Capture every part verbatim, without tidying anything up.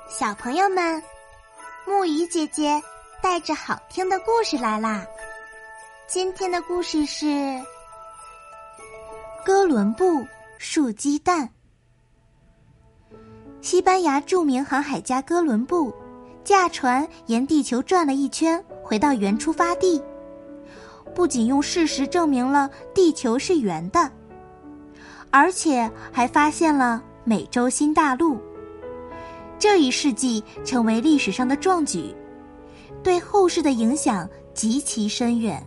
小朋友们，木鱼姐姐带着好听的故事来啦！今天的故事是哥伦布树鸡蛋。西班牙著名航海家哥伦布驾船沿地球转了一圈，回到原出发地，不仅用事实证明了地球是圆的，而且还发现了美洲新大陆。这一事迹成为历史上的壮举，对后世的影响极其深远。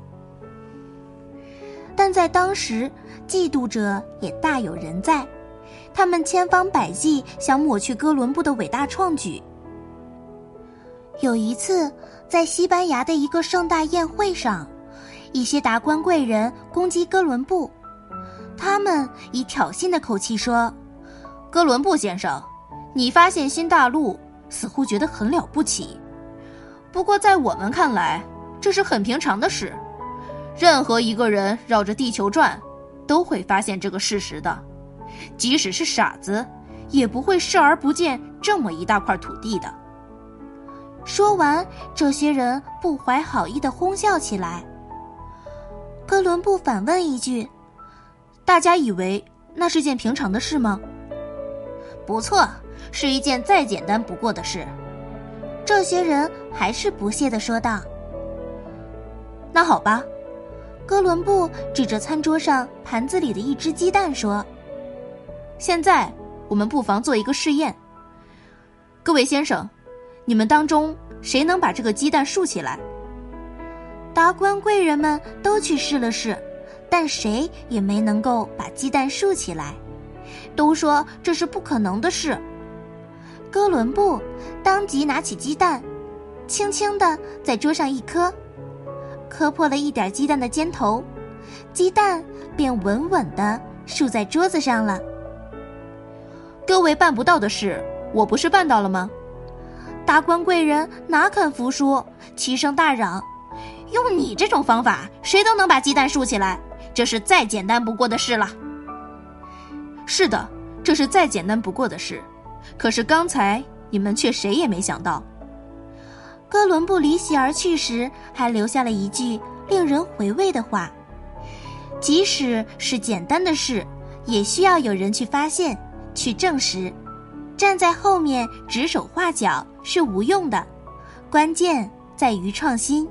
但在当时，嫉妒者也大有人在，他们千方百计想抹去哥伦布的伟大创举。有一次，在西班牙的一个盛大宴会上，一些达官贵人攻击哥伦布，他们以挑衅的口气说：“哥伦布先生，你发现新大陆似乎觉得很了不起，不过在我们看来，这是很平常的事。任何一个人绕着地球转，都会发现这个事实的。即使是傻子，也不会视而不见这么一大块土地的。”说完，这些人不怀好意地哄笑起来。哥伦布反问一句：“大家以为那是件平常的事吗？”“不错，是一件再简单不过的事。”这些人还是不屑地说道。“那好吧。”哥伦布指着餐桌上盘子里的一只鸡蛋说：“现在我们不妨做一个试验。各位先生，你们当中谁能把这个鸡蛋竖起来？”达官贵人们都去试了试，但谁也没能够把鸡蛋竖起来，都说这是不可能的事。哥伦布当即拿起鸡蛋，轻轻地在桌上一磕，磕破了一点鸡蛋的尖头，鸡蛋便稳稳地竖在桌子上了。各位办不到的事，我不是办到了吗？达官贵人哪肯服输，齐声大嚷：“用你这种方法，谁都能把鸡蛋竖起来，这是再简单不过的事了。”是的，这是再简单不过的事，可是刚才你们却谁也没想到。哥伦布离席而去时，还留下了一句令人回味的话：即使是简单的事，也需要有人去发现，去证实。站在后面指手画脚是无用的，关键在于创新。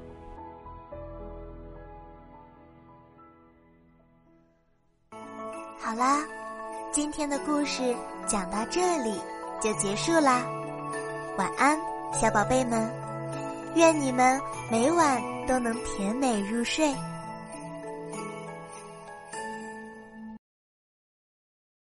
好啦，今天的故事讲到这里就结束啦。晚安，小宝贝们，愿你们每晚都能甜美入睡。